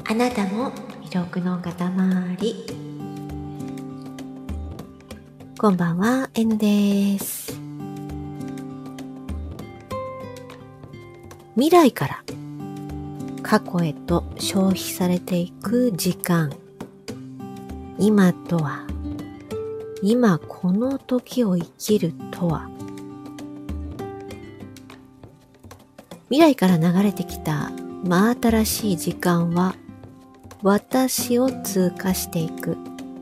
あなたも魅力の塊。こんばんは、N です。未来から過去へと消費されていく時間。今とは、今この時を生きるとは。未来から流れてきた真新しい時間は、私を通過していく。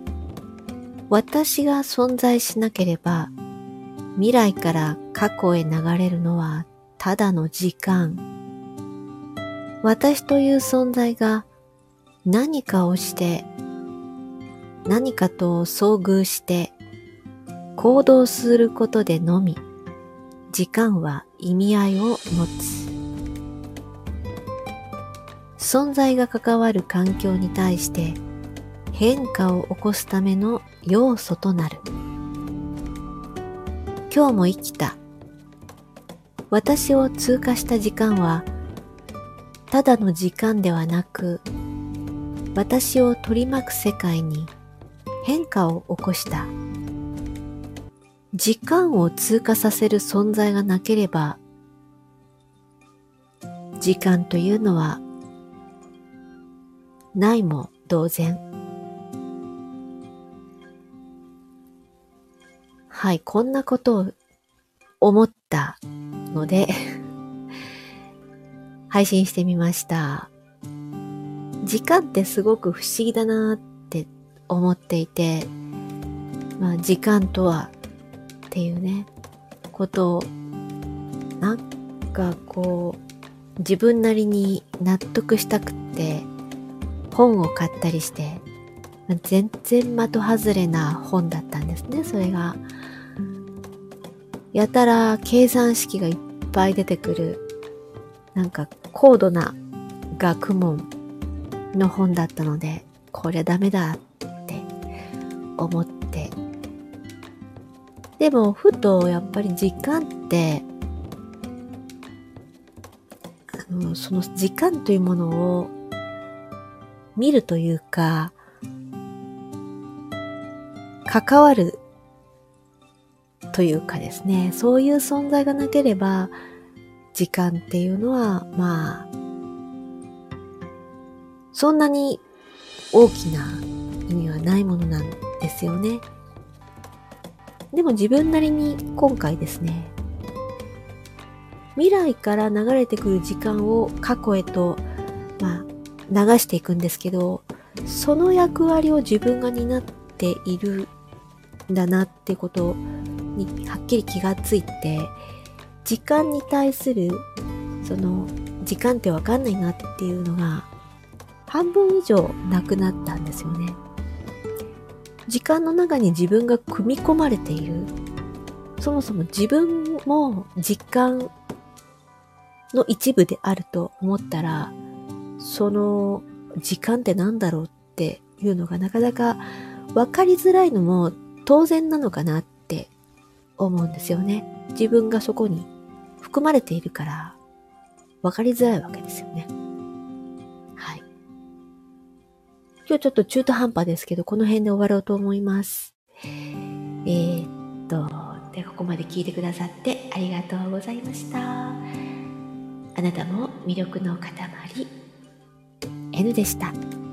私が存在しなければ、未来から過去へ流れるのはただの時間。私という存在が何かをして、何かと遭遇して行動することでのみ、時間は意味合いを持つ。存在が関わる環境に対して変化を起こすための要素となる。今日も生きた。私を通過した時間は、ただの時間ではなく、私を取り巻く世界に変化を起こした。時間を通過させる存在がなければ、時間というのはないも同然。はい、こんなことを思ったので配信してみました。時間ってすごく不思議だなって思っていて、時間とはっていうね、ことをなんか自分なりに納得したくって本を買ったりして、全然的外れな本だったんですね。それがやたら計算式がいっぱい出てくる、高度な学問の本だったので、こりゃダメだって思って、でもふとやっぱり時間ってその時間というものを見るというか、関わるというかですね、そういう存在がなければ、時間っていうのは、そんなに大きな意味はないものなんですよね。でも自分なりに今回ですね、未来から流れてくる時間を過去へと、流していくんですけど、その役割を自分が担っているんだなってことにはっきり気がついて、時間に対するその時間ってわかんないなっていうのが半分以上なくなったんですよね。時間の中に自分が組み込まれている。そもそも自分も時間の一部であると思ったら、その時間って何だろうっていうのがなかなか分かりづらいのも当然なのかなって思うんですよね。自分がそこに含まれているから分かりづらいわけですよね。はい。今日ちょっと中途半端ですけど、この辺で終わろうと思います。で、ここまで聞いてくださってありがとうございました。あなたも魅力の塊、N でした。